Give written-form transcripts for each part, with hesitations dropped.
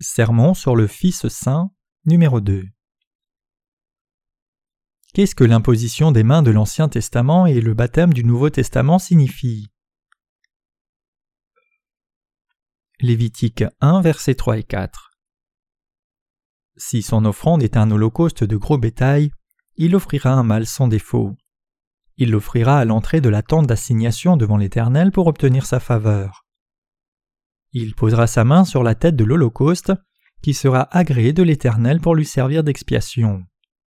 Sermon sur le Fils saint, numéro 2. Qu'est-ce que l'imposition des mains de l'Ancien Testament et le baptême du Nouveau Testament signifient? Lévitique 1, versets 3 et 4. Si son offrande est un holocauste de gros bétail, il offrira un mâle sans défaut. Il l'offrira à l'entrée de la tente d'assignation devant l'Éternel pour obtenir sa faveur. Il posera sa main sur la tête de l'holocauste, qui sera agréé de l'Éternel pour lui servir d'expiation.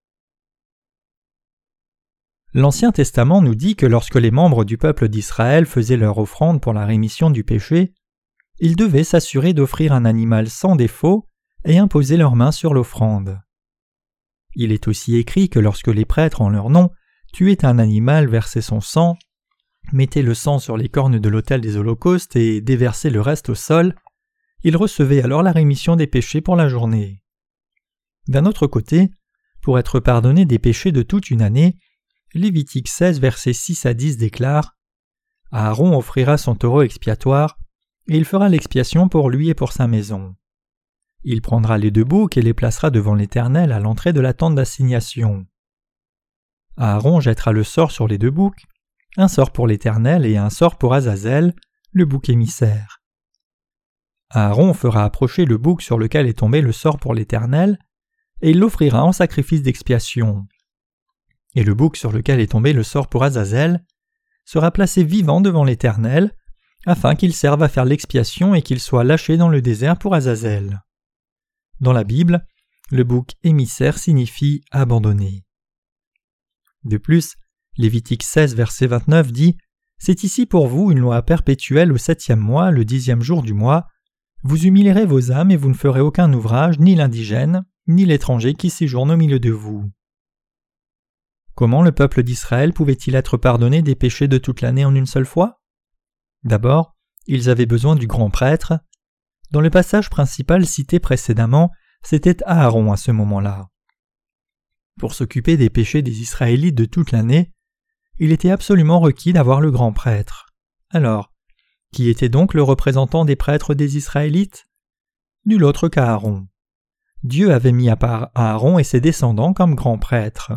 L'Ancien Testament nous dit que lorsque les membres du peuple d'Israël faisaient leur offrande pour la rémission du péché, ils devaient s'assurer d'offrir un animal sans défaut et imposer leurs mains sur l'offrande. Il est aussi écrit que lorsque les prêtres en leur nom tuaient un animal, versaient son sang, mettaient le sang sur les cornes de l'autel des holocaustes et déversaient le reste au sol, ils recevaient alors la rémission des péchés pour la journée. D'un autre côté, pour être pardonné des péchés de toute une année, Lévitique 16, versets 6 à 10 déclare « Aaron offrira son taureau expiatoire, et il fera l'expiation pour lui et pour sa maison. Il prendra les 2 boucs et les placera devant l'Éternel à l'entrée de la tente d'assignation. Aaron jettera le sort sur les 2 boucs, un sort pour l'Éternel et un sort pour Azazel, le bouc émissaire. Aaron fera approcher le bouc sur lequel est tombé le sort pour l'Éternel, et il l'offrira en sacrifice d'expiation. Et le bouc sur lequel est tombé le sort pour Azazel sera placé vivant devant l'Éternel, afin qu'il serve à faire l'expiation et qu'il soit lâché dans le désert pour Azazel. Dans la Bible, le bouc émissaire signifie abandonné. De plus, Lévitique 16, verset 29 dit « C'est ici pour vous une loi perpétuelle au 7e mois, le 10e jour du mois. Vous humilierez vos âmes et vous ne ferez aucun ouvrage, ni l'indigène, ni l'étranger qui séjourne au milieu de vous. » Comment le peuple d'Israël pouvait-il être pardonné des péchés de toute l'année en une seule fois? D'abord, ils avaient besoin du grand prêtre. Dans le passage principal cité précédemment, c'était Aaron à ce moment-là. Pour s'occuper des péchés des Israélites de toute l'année, il était absolument requis d'avoir le grand prêtre. Alors, qui était donc le représentant des prêtres des Israélites? Nul autre qu'Aaron. Dieu avait mis à part Aaron et ses descendants comme grands prêtres.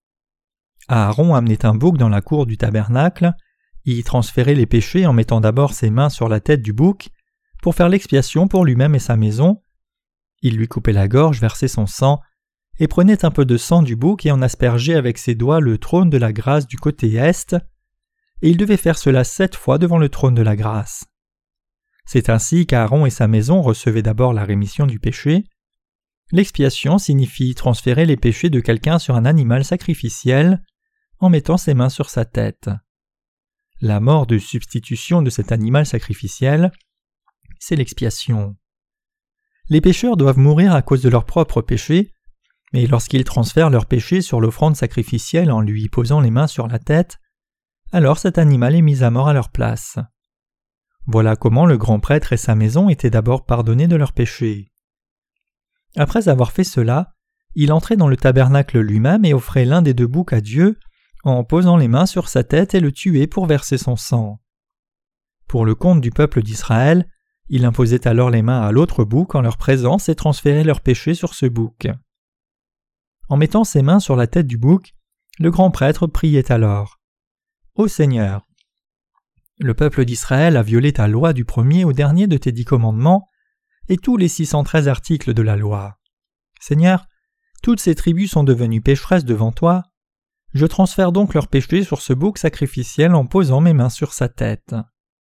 Aaron amenait un bouc dans la cour du tabernacle, y transférait les péchés en mettant d'abord ses mains sur la tête du bouc pour faire l'expiation pour lui-même et sa maison. Il lui coupait la gorge, versait son sang, et prenait un peu de sang du bouc et en aspergeait avec ses doigts le trône de la grâce du côté est, et il devait faire cela 7 fois devant le trône de la grâce. C'est ainsi qu'Aaron et sa maison recevaient d'abord la rémission du péché. L'expiation signifie transférer les péchés de quelqu'un sur un animal sacrificiel en mettant ses mains sur sa tête. La mort de substitution de cet animal sacrificiel, c'est l'expiation. Les pécheurs doivent mourir à cause de leurs propres péchés, mais lorsqu'ils transfèrent leurs péchés sur l'offrande sacrificielle en lui posant les mains sur la tête, alors cet animal est mis à mort à leur place. Voilà comment le grand prêtre et sa maison étaient d'abord pardonnés de leurs péchés. Après avoir fait cela, il entrait dans le tabernacle lui-même et offrait l'un des 2 boucs à Dieu en posant les mains sur sa tête et le tuait pour verser son sang. Pour le compte du peuple d'Israël, il imposait alors les mains à l'autre bouc en leur présence et transférait leurs péchés sur ce bouc. En mettant ses mains sur la tête du bouc, le grand prêtre priait alors « Ô Seigneur, le peuple d'Israël a violé ta loi du premier au dernier de tes 10 commandements et tous les 613 articles de la loi. Seigneur, toutes ces tribus sont devenues pécheresses devant toi. Je transfère donc leurs péchés sur ce bouc sacrificiel en posant mes mains sur sa tête. »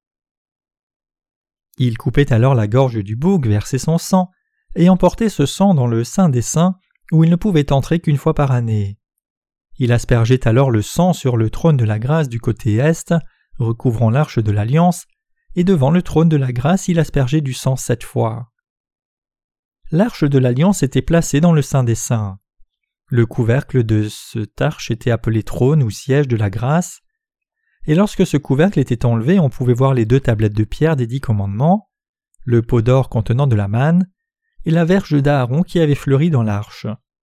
Il coupait alors la gorge du bouc, versait son sang, et emportait ce sang dans le Saint des Saints, où il ne pouvait entrer qu'une fois par année. Il aspergeait alors le sang sur le trône de la grâce du côté est, recouvrant l'arche de l'Alliance, et devant le trône de la grâce il aspergeait du sang 7 fois. L'arche de l'Alliance était placée dans le Saint des Saints. Le couvercle de cette arche était appelé trône ou siège de la grâce, et lorsque ce couvercle était enlevé, on pouvait voir les 2 tablettes de pierre des 10 commandements, le pot d'or contenant de la manne, et la verge d'Aaron qui avait fleuri dans l'arche.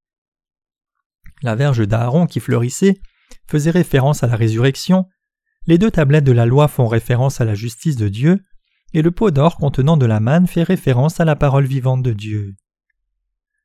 La verge d'Aaron qui fleurissait faisait référence à la résurrection, les 2 tablettes de la loi font référence à la justice de Dieu, et le pot d'or contenant de la manne fait référence à la parole vivante de Dieu.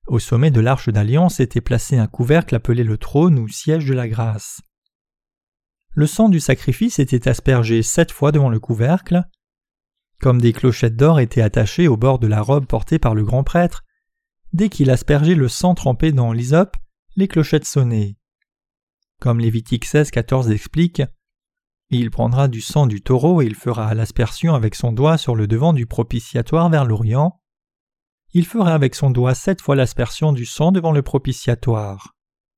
Au sommet de l'arche d'alliance était placé un couvercle appelé le trône ou siège de la grâce. Le sang du sacrifice était aspergé 7 fois devant le couvercle. Comme des clochettes d'or étaient attachées au bord de la robe portée par le grand prêtre, dès qu'il aspergeait le sang trempé dans l'hysope, les clochettes sonnaient. Comme Lévitique 16:14 explique, « Il prendra du sang du taureau et il fera l'aspersion avec son doigt sur le devant du propitiatoire vers l'Orient. Il fera avec son doigt 7 fois l'aspersion du sang devant le propitiatoire. »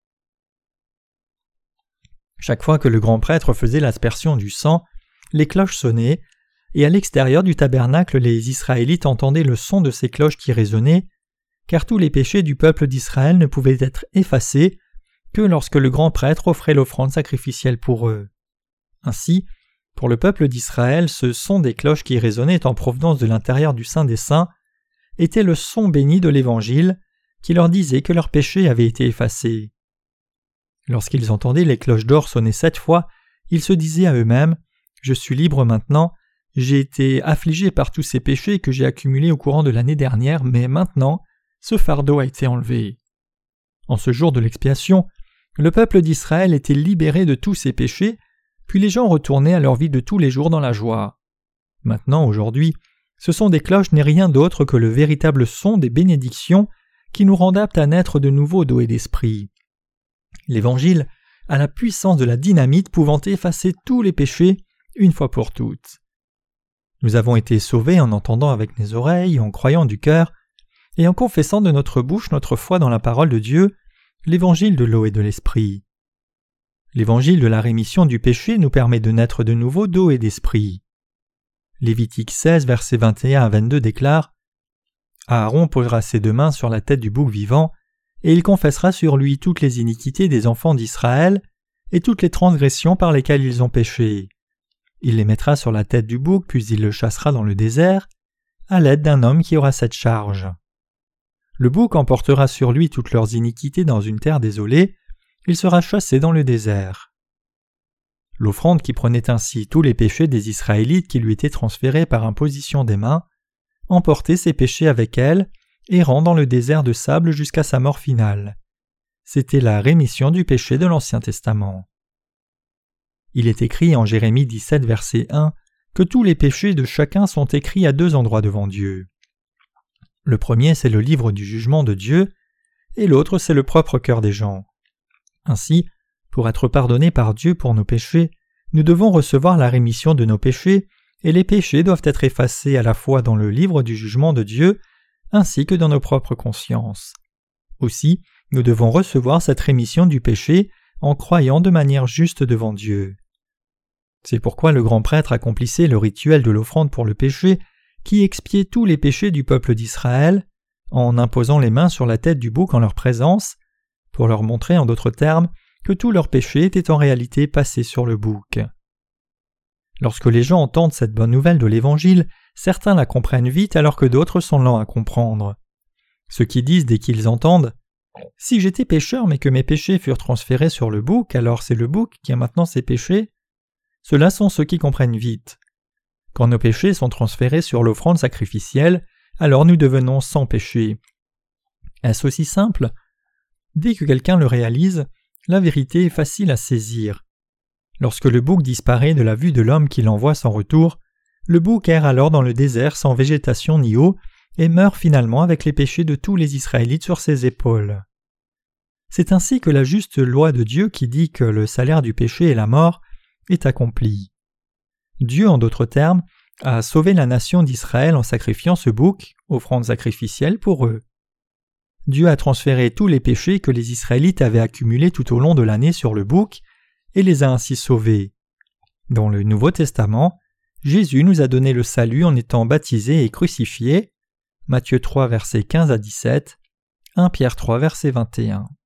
Chaque fois que le grand prêtre faisait l'aspersion du sang, les cloches sonnaient, et à l'extérieur du tabernacle les Israélites entendaient le son de ces cloches qui résonnaient, car tous les péchés du peuple d'Israël ne pouvaient être effacés que lorsque le grand prêtre offrait l'offrande sacrificielle pour eux. Ainsi, pour le peuple d'Israël, ce son des cloches qui résonnaient en provenance de l'intérieur du Saint des Saints était le son béni de l'Évangile qui leur disait que leurs péchés avaient été effacés. Lorsqu'ils entendaient les cloches d'or sonner 7 fois, ils se disaient à eux-mêmes « Je suis libre maintenant, j'ai été affligé par tous ces péchés que j'ai accumulés au courant de l'année dernière, mais maintenant, ce fardeau a été enlevé. » En ce jour de l'expiation, le peuple d'Israël était libéré de tous ses péchés, puis les gens retournaient à leur vie de tous les jours dans la joie. Maintenant, aujourd'hui, ce son des cloches n'est rien d'autre que le véritable son des bénédictions qui nous rendent aptes à naître de nouveau d'eau et d'esprit. L'Évangile a la puissance de la dynamite pouvant effacer tous les péchés une fois pour toutes. Nous avons été sauvés en entendant avec nos oreilles, en croyant du cœur, et en confessant de notre bouche notre foi dans la parole de Dieu, l'Évangile de l'eau et de l'Esprit. L'Évangile de la rémission du péché nous permet de naître de nouveau d'eau et d'esprit. Lévitique 16, versets 21 à 22 déclare « Aaron posera ses 2 mains sur la tête du bouc vivant, et il confessera sur lui toutes les iniquités des enfants d'Israël et toutes les transgressions par lesquelles ils ont péché. Il les mettra sur la tête du bouc, puis il le chassera dans le désert, à l'aide d'un homme qui aura cette charge. Le bouc emportera sur lui toutes leurs iniquités dans une terre désolée, il sera chassé dans le désert. » L'offrande qui prenait ainsi tous les péchés des Israélites qui lui étaient transférés par imposition des mains, emportait ses péchés avec elle, errant dans le désert de sable jusqu'à sa mort finale. C'était la rémission du péché de l'Ancien Testament. Il est écrit en Jérémie 17, verset 1, que tous les péchés de chacun sont écrits à 2 endroits devant Dieu. Le premier, c'est le livre du jugement de Dieu, et l'autre, c'est le propre cœur des gens. Ainsi, pour être pardonnés par Dieu pour nos péchés, nous devons recevoir la rémission de nos péchés, et les péchés doivent être effacés à la fois dans le livre du jugement de Dieu, ainsi que dans nos propres consciences. Aussi, nous devons recevoir cette rémission du péché en croyant de manière juste devant Dieu. C'est pourquoi le grand prêtre accomplissait le rituel de l'offrande pour le péché, qui expiait tous les péchés du peuple d'Israël, en imposant les mains sur la tête du bouc en leur présence, pour leur montrer en d'autres termes que tous leurs péchés étaient en réalité passés sur le bouc. Lorsque les gens entendent cette bonne nouvelle de l'Évangile, certains la comprennent vite alors que d'autres sont lents à comprendre. Ceux qui disent dès qu'ils entendent « Si j'étais pécheur mais que mes péchés furent transférés sur le bouc, alors c'est le bouc qui a maintenant ses péchés », ceux-là sont ceux qui comprennent vite. Quand nos péchés sont transférés sur l'offrande sacrificielle, alors nous devenons sans péché. Est-ce aussi simple ? Dès que quelqu'un le réalise, la vérité est facile à saisir. Lorsque le bouc disparaît de la vue de l'homme qui l'envoie sans retour, le bouc erre alors dans le désert sans végétation ni eau et meurt finalement avec les péchés de tous les Israélites sur ses épaules. C'est ainsi que la juste loi de Dieu qui dit que le salaire du péché est la mort est accomplie. Dieu, en d'autres termes, a sauvé la nation d'Israël en sacrifiant ce bouc, offrande sacrificielle pour eux. Dieu a transféré tous les péchés que les Israélites avaient accumulés tout au long de l'année sur le bouc et les a ainsi sauvés. Dans le Nouveau Testament, Jésus nous a donné le salut en étant baptisé et crucifié. Matthieu 3, versets 15 à 17, 1 Pierre 3, verset 21.